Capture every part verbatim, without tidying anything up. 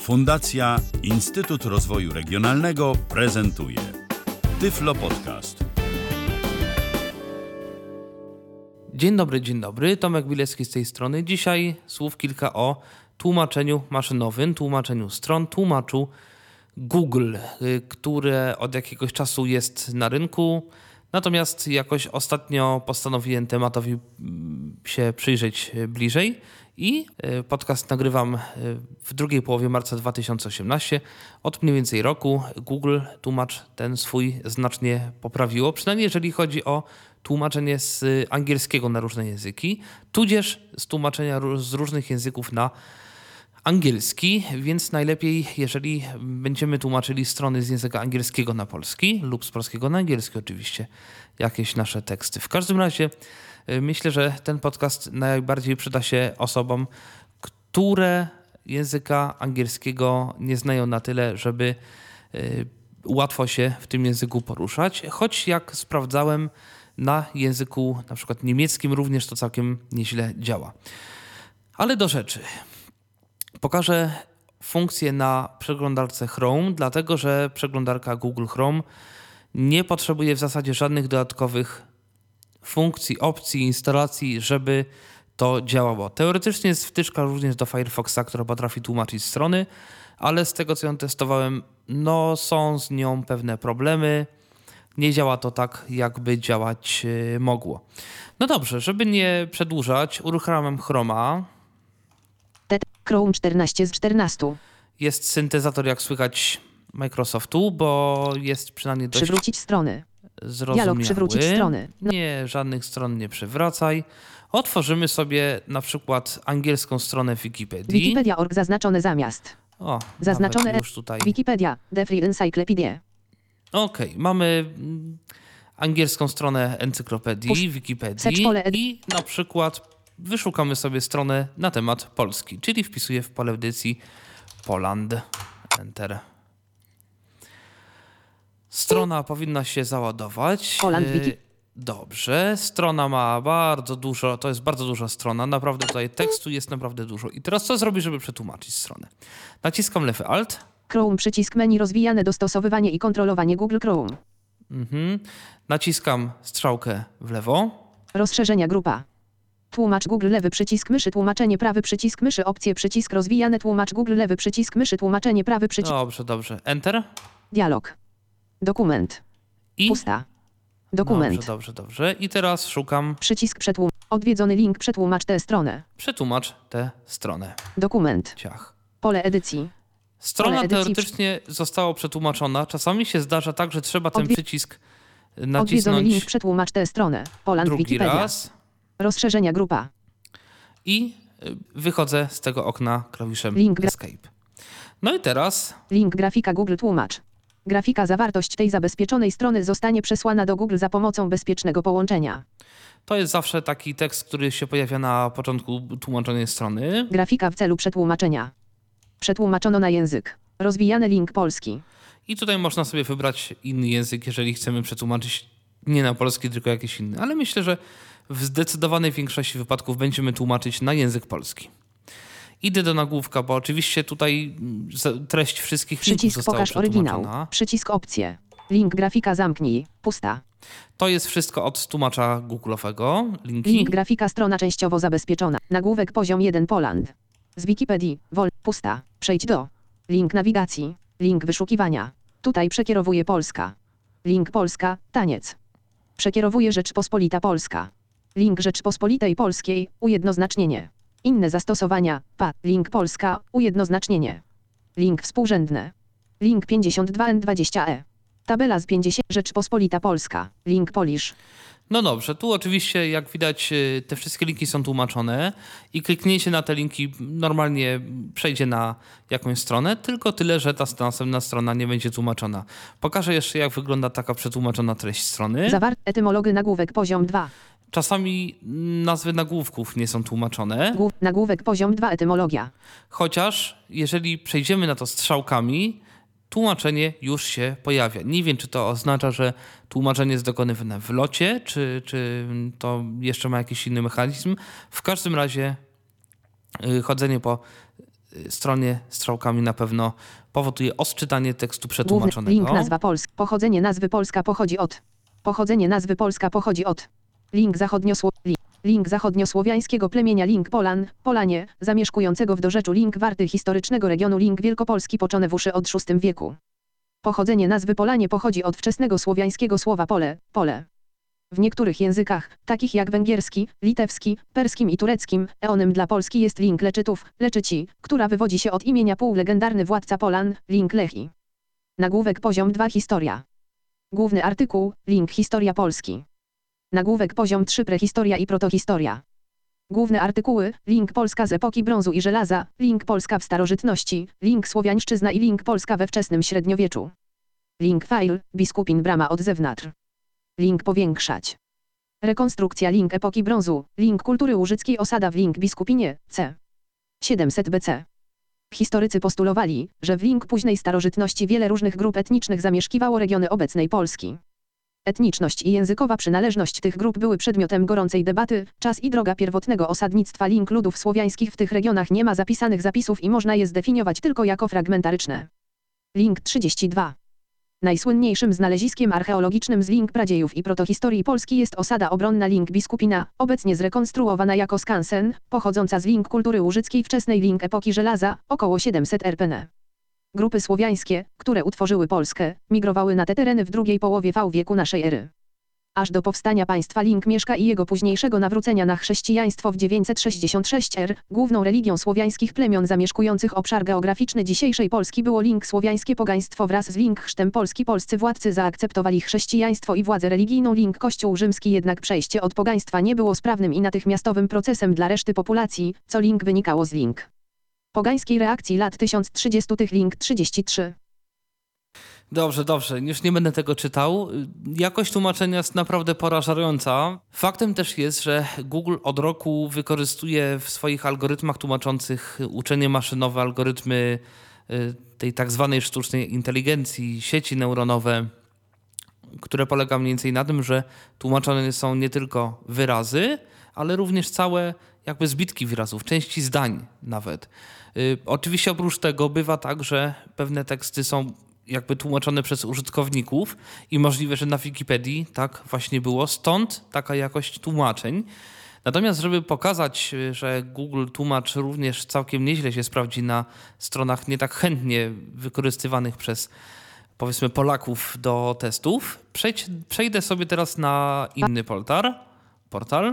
Fundacja Instytut Rozwoju Regionalnego prezentuje Tyflo Podcast. Dzień dobry, dzień dobry. Tomek Bilecki z tej strony. Dzisiaj słów kilka o tłumaczeniu maszynowym, tłumaczeniu stron, tłumaczu Google, które od jakiegoś czasu jest na rynku. Natomiast jakoś ostatnio postanowiłem tematowi się przyjrzeć bliżej i podcast nagrywam w drugiej połowie marca dwa tysiące osiemnastego. Od mniej więcej roku Google tłumacz ten swój znacznie poprawiło, przynajmniej jeżeli chodzi o tłumaczenie z angielskiego na różne języki, tudzież z tłumaczenia z różnych języków na angielski, więc najlepiej, jeżeli będziemy tłumaczyli strony z języka angielskiego na polski lub z polskiego na angielski oczywiście, jakieś nasze teksty. W każdym razie myślę, że ten podcast najbardziej przyda się osobom, które języka angielskiego nie znają na tyle, żeby łatwo się w tym języku poruszać, choć jak sprawdzałem, na języku na przykład niemieckim również to całkiem nieźle działa. Ale do rzeczy. Pokażę funkcję na przeglądarce Chrome, dlatego że przeglądarka Google Chrome nie potrzebuje w zasadzie żadnych dodatkowych funkcji, opcji, instalacji, żeby to działało. Teoretycznie jest wtyczka również do Firefoxa, która potrafi tłumaczyć strony, ale z tego co ją testowałem, no są z nią pewne problemy. Nie działa to tak, jakby działać mogło. No dobrze, żeby nie przedłużać, uruchamiam Chroma. Chrome czternaście z czternastu. Jest syntezator, jak słychać, Microsoftu, bo jest przynajmniej dość Przywrócić strony. zrozumiały. Dialog przywrócić strony. No. Nie, żadnych stron nie przywracaj. Otworzymy sobie na przykład angielską stronę Wikipedii. Wikipedia kropka org zaznaczone zamiast. O, zaznaczone już tutaj. Wikipedia, The Free Encyclopedia. Okej, okay, mamy angielską stronę encyklopedii, Push. Wikipedii i na przykład wyszukamy sobie stronę na temat Polski, czyli wpisuję w pole edycji Poland. Enter. Strona powinna się załadować. Poland Wiki. Dobrze, strona ma bardzo dużo, to jest bardzo duża strona, naprawdę tutaj tekstu jest naprawdę dużo. I teraz co zrobić, żeby przetłumaczyć stronę? Naciskam lewy Alt. Chrome przycisk menu rozwijane dostosowywanie i kontrolowanie Google Chrome. Mhm. Naciskam strzałkę w lewo. Rozszerzenia grupa. Tłumacz Google lewy przycisk myszy, tłumaczenie prawy przycisk myszy, opcje przycisk rozwijane, tłumacz Google lewy przycisk myszy, tłumaczenie prawy przycisk. Dobrze, dobrze. Enter. Dialog. Dokument. I? Pusta. Dokument. Dobrze, dobrze, dobrze. I teraz szukam. Przycisk przetłumacz. Odwiedzony link przetłumacz tę stronę. Przetłumacz tę stronę. Dokument. Ciach. Pole edycji. Strona Pole edycji. teoretycznie została przetłumaczona. Czasami się zdarza tak, że trzeba ten Odwie... przycisk Odwiedzony nacisnąć link przetłumacz tę stronę. Poland drugi Wikipedia. raz. Rozszerzenia grupa. I wychodzę z tego okna klawiszem Link gra- Escape. No i teraz Link grafika Google tłumacz. Grafika zawartość tej zabezpieczonej strony zostanie przesłana do Google za pomocą bezpiecznego połączenia. to jest zawsze taki tekst, który się pojawia na początku tłumaczonej strony. Grafika w celu przetłumaczenia. Przetłumaczono na język. Rozwijany link polski. I tutaj można sobie wybrać inny język, jeżeli chcemy przetłumaczyć nie na polski, tylko jakiś inny. Ale myślę, że w zdecydowanej większości wypadków będziemy tłumaczyć na język polski. Idę do nagłówka, bo oczywiście tutaj treść wszystkich linków Przycisk została pokaż przetłumaczona. oryginał. Przycisk opcje. Link grafika zamknij. Pusta. To jest wszystko od tłumacza Google'owego. Linki. Link grafika strona częściowo zabezpieczona. Nagłówek poziom jeden Poland. Z Wikipedii. Wol. Pusta. Przejdź do. Link nawigacji. Link wyszukiwania. Tutaj przekierowuje Polska. Link Polska. Taniec. Przekierowuje Rzeczpospolita Polska. Link Rzeczpospolitej Polskiej. Ujednoznacznienie. Inne zastosowania. P. Link Polska. Ujednoznacznienie. Link współrzędne. Link pięćdziesiąt dwa N dwadzieścia E. Tabela z pięćdziesiąt. Rzeczpospolita Polska. Link Polish. No dobrze, tu oczywiście jak widać te wszystkie linki są tłumaczone i kliknięcie na te linki normalnie przejdzie na jakąś stronę, tylko tyle, że ta następna strona nie będzie tłumaczona. Pokażę jeszcze, jak wygląda taka przetłumaczona treść strony. Zawart etymology nagłówek poziom dwa. Czasami nazwy nagłówków nie są tłumaczone. Głów, nagłówek poziom dwa etymologia. Chociaż jeżeli przejdziemy na to strzałkami, tłumaczenie już się pojawia. Nie wiem, czy to oznacza, że tłumaczenie jest dokonywane w locie, czy, czy to jeszcze ma jakiś inny mechanizm. W każdym razie chodzenie po stronie strzałkami na pewno powoduje odczytanie tekstu przetłumaczonego. Link nazwa Polska. Pochodzenie nazwy Polska pochodzi od. Pochodzenie nazwy Polska pochodzi od. Link zachodniosło. Link zachodniosłowiańskiego plemienia Link Polan, Polanie, zamieszkującego w dorzeczu Link Warty historycznego regionu Link Wielkopolski poczone w uszy od szóstym wieku. Pochodzenie nazwy Polanie pochodzi od wczesnego słowiańskiego słowa pole, pole. W niektórych językach, takich jak węgierski, litewski, perskim i tureckim, eonym dla Polski jest Link Leczytów, Leczyci, która wywodzi się od imienia półlegendarny władca Polan, Link Lechi. Nagłówek poziom dwa Historia. Główny artykuł, Link Historia Polski. Nagłówek poziom trzy Prehistoria i protohistoria. Główne artykuły, Link Polska z epoki brązu i żelaza, Link Polska w starożytności, Link Słowiańszczyzna i Link Polska we wczesnym średniowieczu. Link File, biskupin brama od zewnątrz. Link powiększać. Rekonstrukcja Link epoki brązu, Link kultury łużyckiej osada w Link biskupinie, c. siedemset B C. Historycy postulowali, że w Link późnej starożytności wiele różnych grup etnicznych zamieszkiwało regiony obecnej Polski. Etniczność i językowa przynależność tych grup były przedmiotem gorącej debaty, czas i droga pierwotnego osadnictwa Link ludów słowiańskich w tych regionach nie ma zapisanych zapisów i można je zdefiniować tylko jako fragmentaryczne. Link trzydzieści dwa. Najsłynniejszym znaleziskiem archeologicznym z Link pradziejów i protohistorii Polski jest osada obronna Link biskupina, obecnie zrekonstruowana jako skansen, pochodząca z Link kultury łużyckiej wczesnej Link epoki żelaza, około siedemset R P N. Grupy słowiańskie, które utworzyły Polskę, migrowały na te tereny w drugiej połowie V wieku naszej ery. Aż do powstania państwa Link Mieszka i jego późniejszego nawrócenia na chrześcijaństwo w dziewięćset sześćdziesiąt sześć R, główną religią słowiańskich plemion zamieszkujących obszar geograficzny dzisiejszej Polski było Link słowiańskie pogaństwo wraz z Link chrztem Polski. Polscy władcy zaakceptowali chrześcijaństwo i władzę religijną Link Kościół rzymski, jednak przejście od pogaństwa nie było sprawnym i natychmiastowym procesem dla reszty populacji, co Link wynikało z Link pogańskiej reakcji lat tysiąc trzydziestych. Link trzydzieści trzy. Dobrze, dobrze, już nie będę tego czytał. Jakość tłumaczenia jest naprawdę porażająca. Faktem też jest, że Google od roku wykorzystuje w swoich algorytmach tłumaczących uczenie maszynowe, algorytmy tej tak zwanej sztucznej inteligencji, sieci neuronowe, które polega mniej więcej na tym, że tłumaczone są nie tylko wyrazy, ale również całe jakby zbitki wyrazów, części zdań nawet. Yy, oczywiście oprócz tego bywa tak, że pewne teksty są jakby tłumaczone przez użytkowników i możliwe, że na Wikipedii tak właśnie było, stąd taka jakość tłumaczeń. Natomiast żeby pokazać, że Google Tłumacz również całkiem nieźle się sprawdzi na stronach nie tak chętnie wykorzystywanych przez powiedzmy Polaków do testów, przejdź, przejdę sobie teraz na inny portal, portal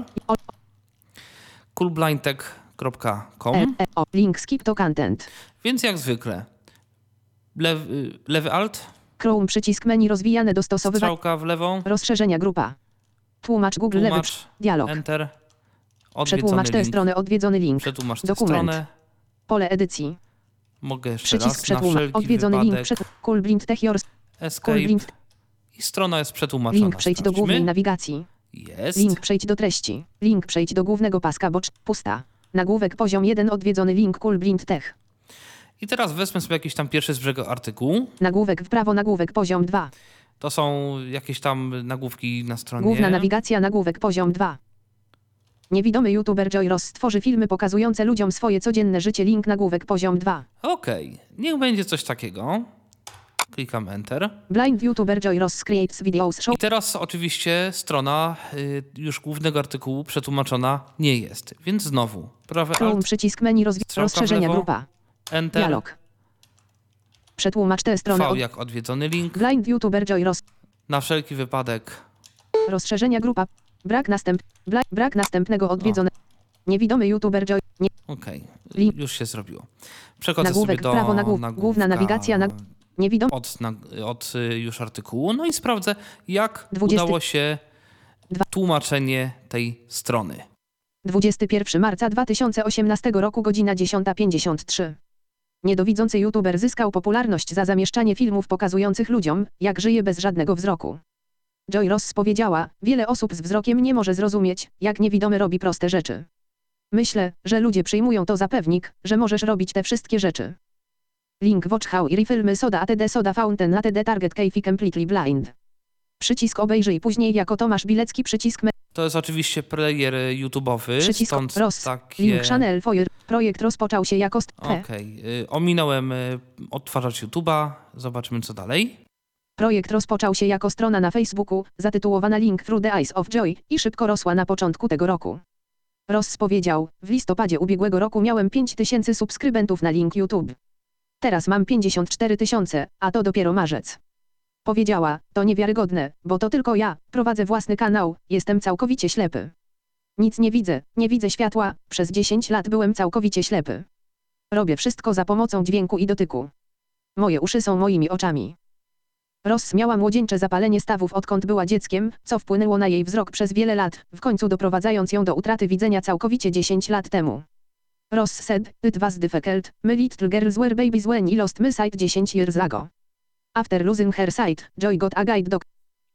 cool blind tech kropka com. Link skip to content. Więc jak zwykle lewy, lewy alt, Chrome przycisk menu rozwijane dostosowywanie. strzałka w lewo, Rozszerzenia grupa. Tłumacz Google lewy. tłumacz, Dialog. enter, Przetłumacz tę link. stronę, odwiedzony link. Przetłumacz tę Dokument. stronę. Pole edycji. Mogę jeszcze Przycisk raz na przetłumacz. wszelki Odwiedzony wypadek. link. Przed... Cool blind tech yours. Escape. Cool blind. I strona jest przetłumaczona. Link przejdź do Sprawdźmy. głównej nawigacji. Jest. Link przejdź do treści. Link przejdź do głównego paska bocz. Pusta. Nagłówek poziom jeden odwiedzony link Cool blind tech. I teraz wezmę sobie jakiś tam pierwszy z brzegu artykuł. Nagłówek w prawo, nagłówek poziom dwa. To są jakieś tam nagłówki na stronie. Główna nawigacja, nagłówek poziom dwa. Niewidomy youtuber Joy Ross stworzy filmy pokazujące ludziom swoje codzienne życie. Link nagłówek poziom dwa. Okej, okay. Niech będzie coś takiego. Klikam enter. Blind youtuber Joy Ross creates videos show. I teraz oczywiście strona y, już głównego artykułu przetłumaczona nie jest. Więc znowu prawy Chrome alt, przycisk menu rozwi- strzałka w rozszerzenia lewo, grupa. enter, Dialog. Przetłumacz tę stronę. V Od... jak odwiedzony link. Blind youtuber Joy Ross. Na wszelki wypadek. Rozszerzenia grupa. Brak następ... Bla... Brak następnego odwiedzone. Niewidomy youtuber Joy... Nie... Okej, okay. Link. Już się zrobiło. Przechodzę Nagłówek sobie do w prawo, nagłów... nagłówka Główna nawigacja. Nag... Niewidomy... od, na, od już artykułu. No i sprawdzę, jak dwudziesty udało się tłumaczenie tej strony. dwudziestego pierwszego marca dwa tysiące osiemnastego roku, godzina dziesiąta pięćdziesiąt trzy. Niedowidzący youtuber zyskał popularność za zamieszczanie filmów pokazujących ludziom, jak żyje bez żadnego wzroku. Joy Ross powiedziała, wiele osób z wzrokiem nie może zrozumieć, jak niewidomy robi proste rzeczy. Myślę, że ludzie przyjmują to za pewnik, że możesz robić te wszystkie rzeczy. Link watch how i filmy soda atd soda fountain atd target cafe completely blind. Przycisk obejrzyj później jako Tomasz Bilecki, przycisk me- To jest oczywiście player YouTube'owy, Przycisk stąd roz. takie... Link Channel Foyer. Projekt rozpoczął się jako... St- Okej, okay. Ominąłem y, odtwarzacz YouTube'a. Zobaczymy, co dalej. Projekt rozpoczął się jako strona na Facebooku, zatytułowana Link Through the Eyes of Joy i szybko rosła na początku tego roku. Ross powiedział, w listopadzie ubiegłego roku miałem pięć tysięcy subskrybentów na link YouTube. Teraz mam pięćdziesiąt cztery tysiące, a to dopiero marzec. Powiedziała, to niewiarygodne, bo to tylko ja, prowadzę własny kanał, jestem całkowicie ślepy. Nic nie widzę, nie widzę światła, przez dziesięć lat byłem całkowicie ślepy. Robię wszystko za pomocą dźwięku i dotyku. Moje uszy są moimi oczami. Ross miała młodzieńcze zapalenie stawów odkąd była dzieckiem, co wpłynęło na jej wzrok przez wiele lat, w końcu doprowadzając ją do utraty widzenia całkowicie dziesięć lat temu. Ross said, it was difficult, my little girls were babies when I lost my sight dziesięć years ago. After losing her sight, Joy got a guide dog.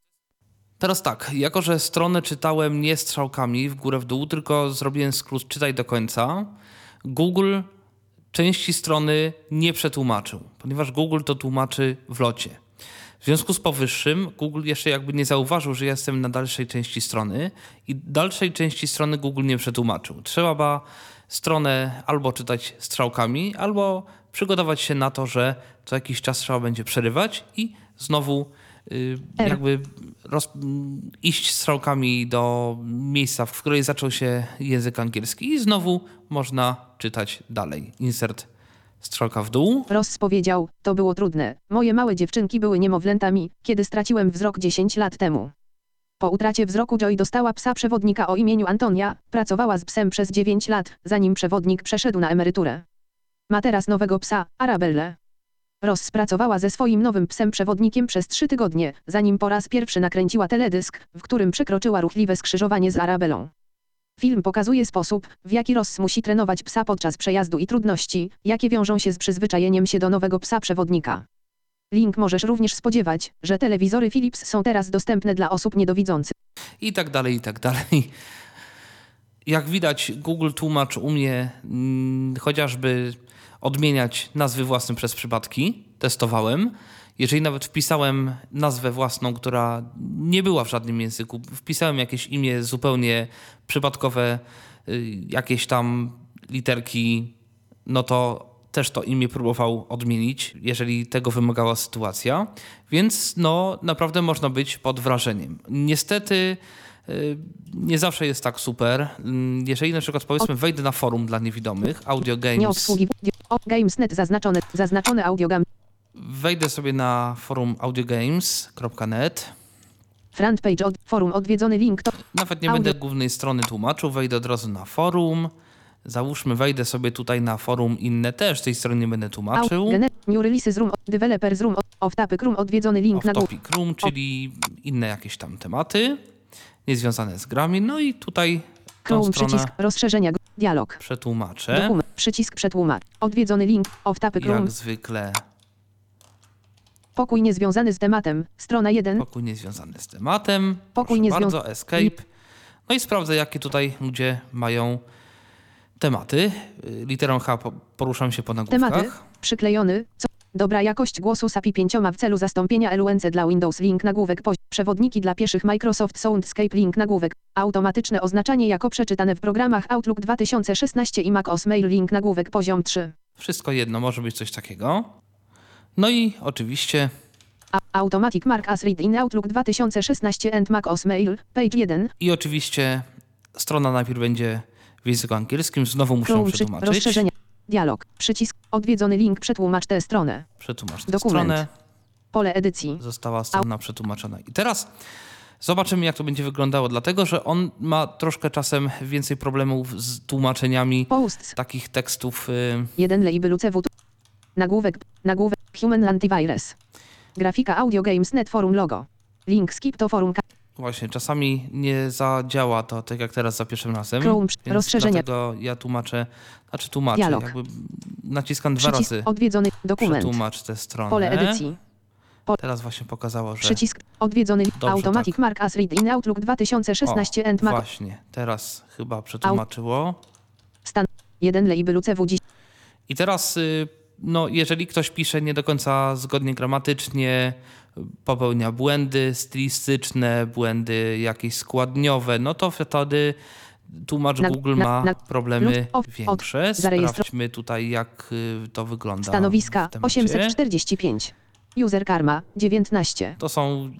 Teraz tak, jako że stronę czytałem nie strzałkami w górę w dół, tylko zrobiłem skrót czytaj do końca, Google części strony nie przetłumaczył, ponieważ Google to tłumaczy w locie. W związku z powyższym Google jeszcze jakby nie zauważył, że jestem na dalszej części strony i dalszej części strony Google nie przetłumaczył. Trzeba by stronę albo czytać strzałkami, albo przygotować się na to, że co jakiś czas trzeba będzie przerywać i znowu y, jakby roz, iść strzałkami do miejsca, w której zaczął się język angielski i znowu można czytać dalej. Insert strzałka w dół. Ross powiedział, to było trudne. Moje małe dziewczynki były niemowlętami, kiedy straciłem wzrok dziesięć lat temu. Po utracie wzroku Joy dostała psa przewodnika o imieniu Antonia, pracowała z psem przez dziewięć lat, zanim przewodnik przeszedł na emeryturę. Ma teraz nowego psa, Arabellę. Ross pracowała ze swoim nowym psem przewodnikiem przez trzy tygodnie, zanim po raz pierwszy nakręciła teledysk, w którym przekroczyła ruchliwe skrzyżowanie z Arabellą. Film pokazuje sposób, w jaki Ross musi trenować psa podczas przejazdu i trudności, jakie wiążą się z przyzwyczajeniem się do nowego psa przewodnika. Link możesz również spodziewać, że telewizory Philips są teraz dostępne dla osób niedowidzących. I tak dalej, i tak dalej. Jak widać, Google Tłumacz umie mm, chociażby odmieniać nazwy własne przez przypadki. Testowałem. Jeżeli nawet wpisałem nazwę własną, która nie była w żadnym języku, wpisałem jakieś imię zupełnie przypadkowe, jakieś tam literki, no to też to imię próbował odmienić, jeżeli tego wymagała sytuacja. Więc no naprawdę można być pod wrażeniem. Niestety nie zawsze jest tak super. Jeżeli na przykład powiedzmy wejdę na forum dla niewidomych, Audio Games... Nie obsługi... Games net zaznaczone, zaznaczone Audio Games. Wejdę sobie na forum audiogames kropka net. Frontpage od forum odwiedzony link to... Nawet nie Audio. będę głównej strony tłumaczył, wejdę od razu na forum. Załóżmy, wejdę sobie tutaj na forum inne też, tej strony nie będę tłumaczył. New Releases Room, Developers Room, Off Topic Room odwiedzony link na Off Topic Room, czyli inne jakieś tam tematy niezwiązane z grami. No i tutaj tą Chrome stronę przycisk rozszerzenia dialog. przetłumaczę. Dokument przycisk przetłumacz. Odwiedzony link Off Topic Room. Jak zwykle Pokój niezwiązany z tematem. Strona jeden. pokój niezwiązany z tematem. Pokój Proszę niezwią- bardzo, escape. No i sprawdzę, jakie tutaj ludzie mają tematy. Literą H po- poruszam się po nagłówkach. Tematy. Przyklejony. Co? Dobra jakość głosu S A P I pięć w celu zastąpienia L U N C dla Windows link nagłówek poziom. Przewodniki dla pieszych Microsoft Soundscape link nagłówek. Automatyczne oznaczanie jako przeczytane w programach Outlook dwa tysiące szesnaście i macOS Mail link nagłówek poziom trzy. Wszystko jedno, może być coś takiego. No i oczywiście A- Automatic Mark as Read in Outlook dwa tysiące szesnaście and macOS Mail, page jeden. i oczywiście strona najpierw będzie w języku angielskim. Znowu muszę Chrome przy- przetłumaczyć. rozszerzenia. Dialog. Przycisk. Odwiedzony link przetłumacz tę stronę. Przetłumacz tę Dokument. stronę. Pole edycji. Została strona przetłumaczona. I teraz zobaczymy, jak to będzie wyglądało, dlatego że on ma troszkę czasem więcej problemów z tłumaczeniami Posts. takich tekstów. y, jeden label U C W. Nagłówek. Nagłówek. Human Antivirus. Grafika Audio Games Net Forum logo. Link skip to forum. Ka- Właśnie, czasami nie zadziała to tak jak teraz za pierwszym razem. Chrome, Więc rozszerzenia. dlatego ja tłumaczę, znaczy tłumaczę, Dialog. jakby naciskam dwa Przycisk. razy. Odwiedzony. Dokument. Przetłumacz tę stronę. Pole edycji. Teraz właśnie pokazało, że... Przycisk. Odwiedzony. Dobrze, Automatic tak. Mark as Read in Outlook dwa tysiące szesnaście O, and Mac. właśnie, teraz chyba przetłumaczyło. Stan. jeden label U C W. Dziś. I teraz y, no, jeżeli ktoś pisze nie do końca zgodnie gramatycznie, popełnia błędy stylistyczne, błędy jakieś składniowe, no to wtedy tłumacz Na- Google na- ma na- problemy lub of- większe. od- zarejestro- Sprawdźmy tutaj, jak y, to wygląda. Stanowiska w temacie. osiemset czterdzieści pięć. User Karma dziewiętnaście. To są mm,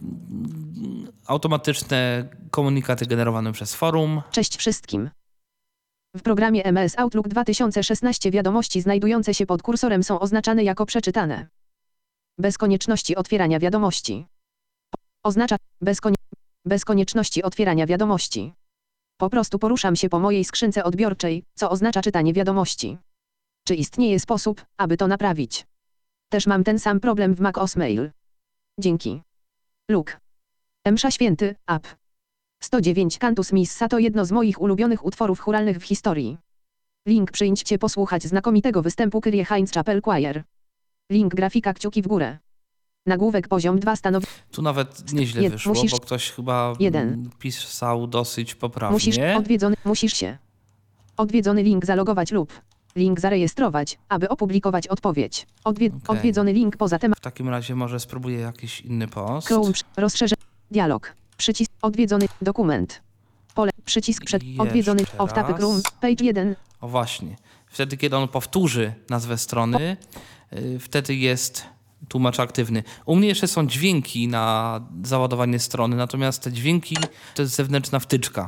automatyczne komunikaty generowane przez forum. Cześć wszystkim. W programie M S Outlook dwa tysiące szesnaście wiadomości znajdujące się pod kursorem są oznaczane jako przeczytane. Bez konieczności otwierania wiadomości. Oznacza bez, konie- bez konieczności otwierania wiadomości. Po prostu poruszam się po mojej skrzynce odbiorczej, co oznacza czytanie wiadomości. Czy istnieje sposób, aby to naprawić? Też mam ten sam problem w macOS Mail. Dzięki. Luke. Msza Święty, app. sto dziewięć Cantus Missa to jedno z moich ulubionych utworów chóralnych w historii. Link przyjdźcie posłuchać znakomitego występu Kyrie Heinz Chapel Choir. Link grafika kciuki w górę. Nagłówek poziom dwa stanowi... Tu nawet nieźle Jed- wyszło, musisz- bo ktoś chyba jeden. mm, pisał dosyć poprawnie. Musisz odwiedzony, musisz się. Odwiedzony link zalogować lub link zarejestrować, aby opublikować odpowiedź. Odwie- Okej. Odwiedzony link poza temat. W takim razie może spróbuję jakiś inny post. Chrome przy- rozszerze. Dialog. Przycisk odwiedzony dokument. Pole przycisk przed Jeszcze odwiedzony raz. off-topic room page jeden. O właśnie. Wtedy, kiedy on powtórzy nazwę strony, y, wtedy jest tłumacz aktywny. U mnie jeszcze są dźwięki na załadowanie strony, natomiast te dźwięki to jest zewnętrzna wtyczka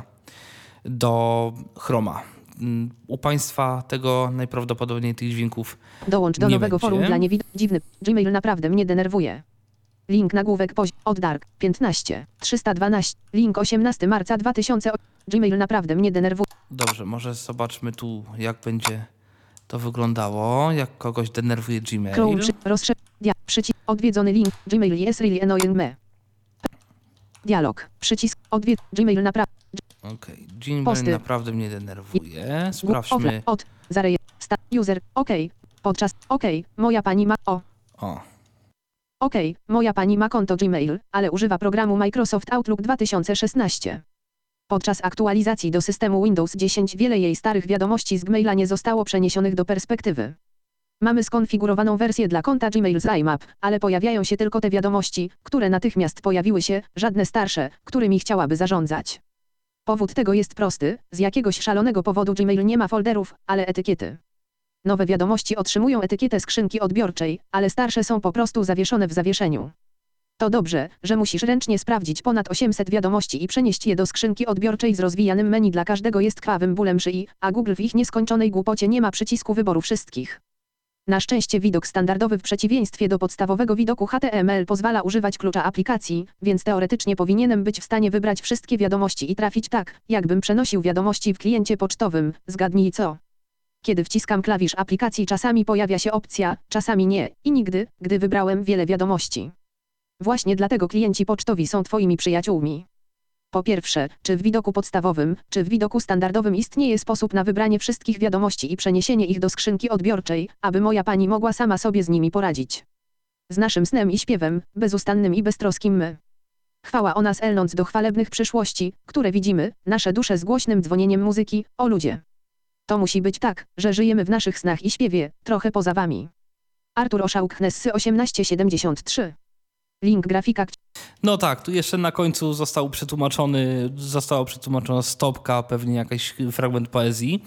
do Chroma. Mm, U Państwa tego najprawdopodobniej tych dźwięków Dołącz do nie nowego będzie. forum dla niewidomych. Dziwny. Gmail naprawdę mnie denerwuje. Link nagłówek poziom od Dark piętnaście trzysta dwanaście. Link osiemnastego marca dwa tysiące. Gmail naprawdę mnie denerwuje. Dobrze, może zobaczmy tu, jak będzie to wyglądało, jak kogoś denerwuje Gmail. Chrome przy, rozszerz. Dia, przycisk odwiedzony link. Gmail is really annoying me. Dialog. Przycisk odwiedz. Gmail naprawdę. Okej, Gmail Posty. naprawdę mnie denerwuje. Offline. Sprawdźmy. Od. Zareje. Sta. User. OK. Podczas. OK. Moja pani ma. O. O, OK. Moja pani ma konto Gmail, ale używa programu Microsoft Outlook dwa tysiące szesnaście. Podczas aktualizacji do systemu Windows dziesięć wiele jej starych wiadomości z Gmaila nie zostało przeniesionych do perspektywy. Mamy skonfigurowaną wersję dla konta Gmail z I M A P, ale pojawiają się tylko te wiadomości, które natychmiast pojawiły się, żadne starsze, którymi chciałaby zarządzać. Powód tego jest prosty, z jakiegoś szalonego powodu Gmail nie ma folderów, ale etykiety. Nowe wiadomości otrzymują etykietę skrzynki odbiorczej, ale starsze są po prostu zawieszone w zawieszeniu. To dobrze, że musisz ręcznie sprawdzić ponad osiemset wiadomości i przenieść je do skrzynki odbiorczej z rozwijanym menu dla każdego jest krwawym bólem szyi, a Google w ich nieskończonej głupocie nie ma przycisku wyboru wszystkich. Na szczęście widok standardowy w przeciwieństwie do podstawowego widoku H T M L pozwala używać klucza aplikacji, więc teoretycznie powinienem być w stanie wybrać wszystkie wiadomości i trafić tak, jakbym przenosił wiadomości w kliencie pocztowym. Zgadnij co? Kiedy wciskam klawisz aplikacji, czasami pojawia się opcja, czasami nie, i nigdy, gdy wybrałem wiele wiadomości. Właśnie dlatego klienci pocztowi są Twoimi przyjaciółmi. Po pierwsze, czy w widoku podstawowym, czy w widoku standardowym istnieje sposób na wybranie wszystkich wiadomości i przeniesienie ich do skrzynki odbiorczej, aby moja pani mogła sama sobie z nimi poradzić. Z naszym snem i śpiewem, bezustannym i beztroskim my. Chwała o nas elnąc do chwalebnych przyszłości, które widzimy, nasze dusze z głośnym dzwonieniem muzyki, o ludzie. To musi być tak, że żyjemy w naszych snach i śpiewie, trochę poza wami. Artur Oszałk-Hnesy osiemnaście siedemdziesiąt trzy. Link grafika. no tak, tu jeszcze na końcu został przetłumaczony, została przetłumaczona stopka, pewnie jakiś fragment poezji.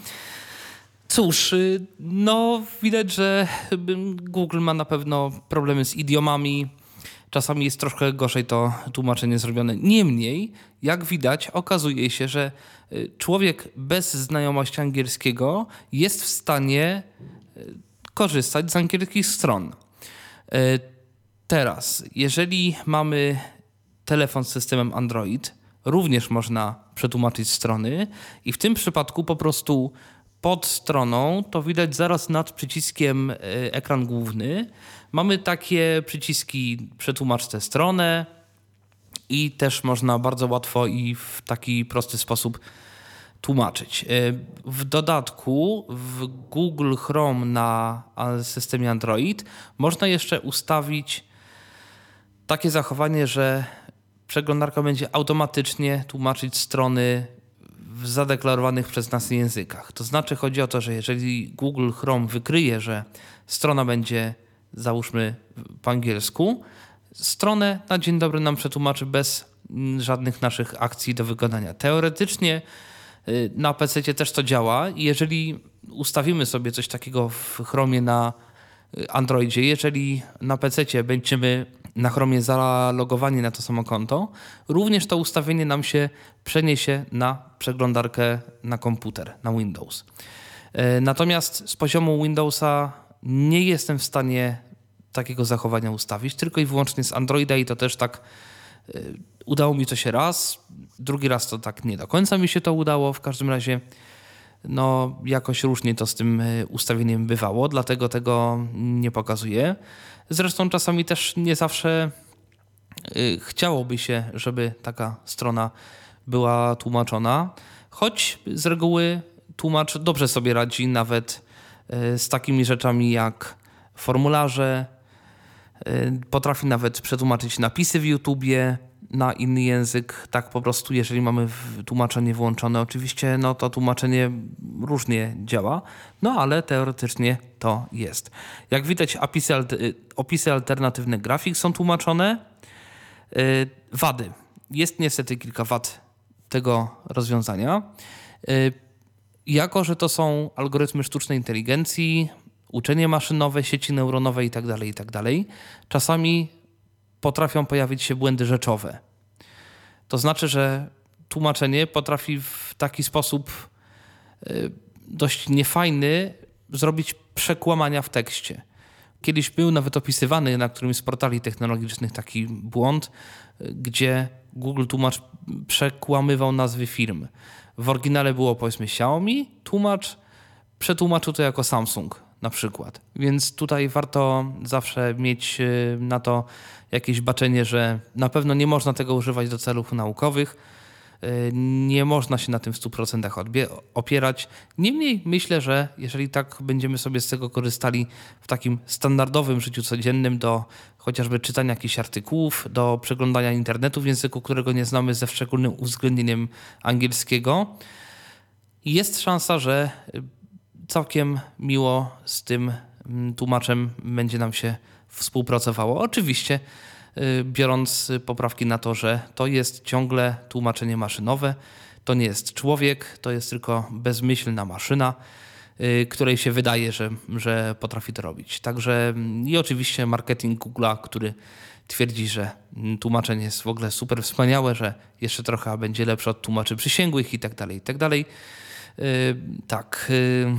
Cóż, y, no widać, że Google ma na pewno problemy z idiomami. Czasami jest troszkę gorzej to tłumaczenie zrobione. Niemniej, jak widać, okazuje się, że y, człowiek bez znajomości angielskiego jest w stanie y, korzystać z angielskich stron. Y, Teraz, jeżeli mamy telefon z systemem Android, również można przetłumaczyć strony i w tym przypadku po prostu pod stroną, to widać zaraz nad przyciskiem ekran główny, mamy takie przyciski przetłumacz tę stronę i też można bardzo łatwo i w taki prosty sposób tłumaczyć. W dodatku w Google Chrome na systemie Android można jeszcze ustawić takie zachowanie, że przeglądarka będzie automatycznie tłumaczyć strony w zadeklarowanych przez nas językach. To znaczy chodzi o to, że jeżeli Google Chrome wykryje, że strona będzie, załóżmy, po angielsku, stronę na dzień dobry nam przetłumaczy bez żadnych naszych akcji do wykonania. Teoretycznie na pececie też to działa i jeżeli ustawimy sobie coś takiego w Chromie na Androidzie, jeżeli na pececie będziemy na Chromie zalogowani na to samo konto, również to ustawienie nam się przeniesie na przeglądarkę na komputer, na Windows. Natomiast z poziomu Windowsa nie jestem w stanie takiego zachowania ustawić, tylko i wyłącznie z Androida i to też tak y, udało mi to się raz, drugi raz to tak nie do końca mi się to udało, w każdym razie no jakoś różnie to z tym y, ustawieniem bywało, dlatego tego nie pokazuję. Zresztą czasami też nie zawsze y, chciałoby się, żeby taka strona była tłumaczona, choć z reguły tłumacz dobrze sobie radzi nawet y, z takimi rzeczami jak formularze, potrafi nawet przetłumaczyć napisy w YouTubie na inny język, tak po prostu, jeżeli mamy tłumaczenie włączone. Oczywiście no, to tłumaczenie różnie działa, no ale teoretycznie to jest. Jak widać, opisy, opisy alternatywne grafik są tłumaczone. Wady. Jest niestety kilka wad tego rozwiązania. Jako że to są algorytmy sztucznej inteligencji, uczenie maszynowe, sieci neuronowe itd., itd., czasami potrafią pojawić się błędy rzeczowe. To znaczy, że tłumaczenie potrafi w taki sposób dość niefajny zrobić przekłamania w tekście. Kiedyś był nawet opisywany na którymś z portali technologicznych taki błąd, gdzie Google Tłumacz przekłamywał nazwy firm. W oryginale było powiedzmy Xiaomi, tłumacz przetłumaczył to jako Samsung na przykład. Więc tutaj warto zawsze mieć na to jakieś baczenie, że na pewno nie można tego używać do celów naukowych. Nie można się na tym w stu procentach opierać. Niemniej myślę, że jeżeli tak będziemy sobie z tego korzystali w takim standardowym życiu codziennym do chociażby czytania jakichś artykułów, do przeglądania internetu w języku, którego nie znamy, ze szczególnym uwzględnieniem angielskiego, jest szansa, że całkiem miło z tym tłumaczem będzie nam się współpracowało. Oczywiście biorąc poprawki na to, że to jest ciągle tłumaczenie maszynowe, to nie jest człowiek, to jest tylko bezmyślna maszyna, której się wydaje, że, że potrafi to robić. Także i oczywiście marketing Google'a, który twierdzi, że tłumaczenie jest w ogóle super wspaniałe, że jeszcze trochę będzie lepsze od tłumaczy przysięgłych i tak dalej, i tak dalej. Tak.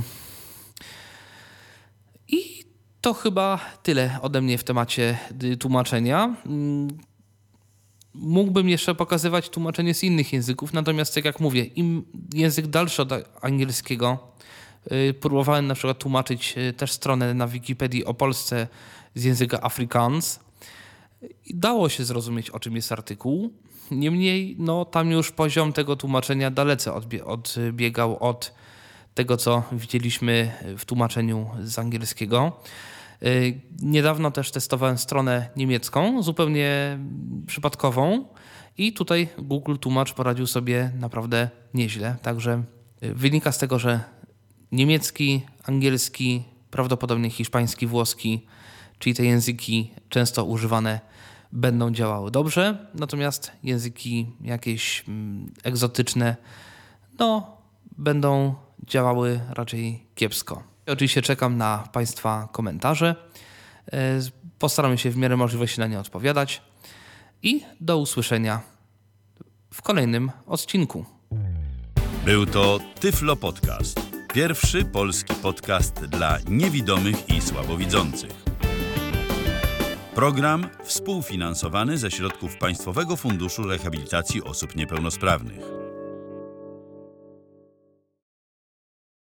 I to chyba tyle ode mnie w temacie tłumaczenia. Mógłbym jeszcze pokazywać tłumaczenie z innych języków, natomiast tak jak mówię, im język dalszy od angielskiego, próbowałem na przykład tłumaczyć też stronę na Wikipedii o Polsce z języka Afrikaans. Dało się zrozumieć, o czym jest artykuł. Niemniej no, tam już poziom tego tłumaczenia dalece odbie- odbiegał od tego, co widzieliśmy w tłumaczeniu z angielskiego. Niedawno też testowałem stronę niemiecką, zupełnie przypadkową i tutaj Google Tłumacz poradził sobie naprawdę nieźle. Także wynika z tego, że niemiecki, angielski, prawdopodobnie hiszpański, włoski, czyli te języki często używane będą działały dobrze, natomiast języki jakieś egzotyczne no, będą działały raczej kiepsko. Oczywiście czekam na Państwa komentarze. Postaramy się w miarę możliwości na nie odpowiadać i do usłyszenia w kolejnym odcinku. Był to Tyflo Podcast. Pierwszy polski podcast dla niewidomych i słabowidzących. Program współfinansowany ze środków Państwowego Funduszu Rehabilitacji Osób Niepełnosprawnych.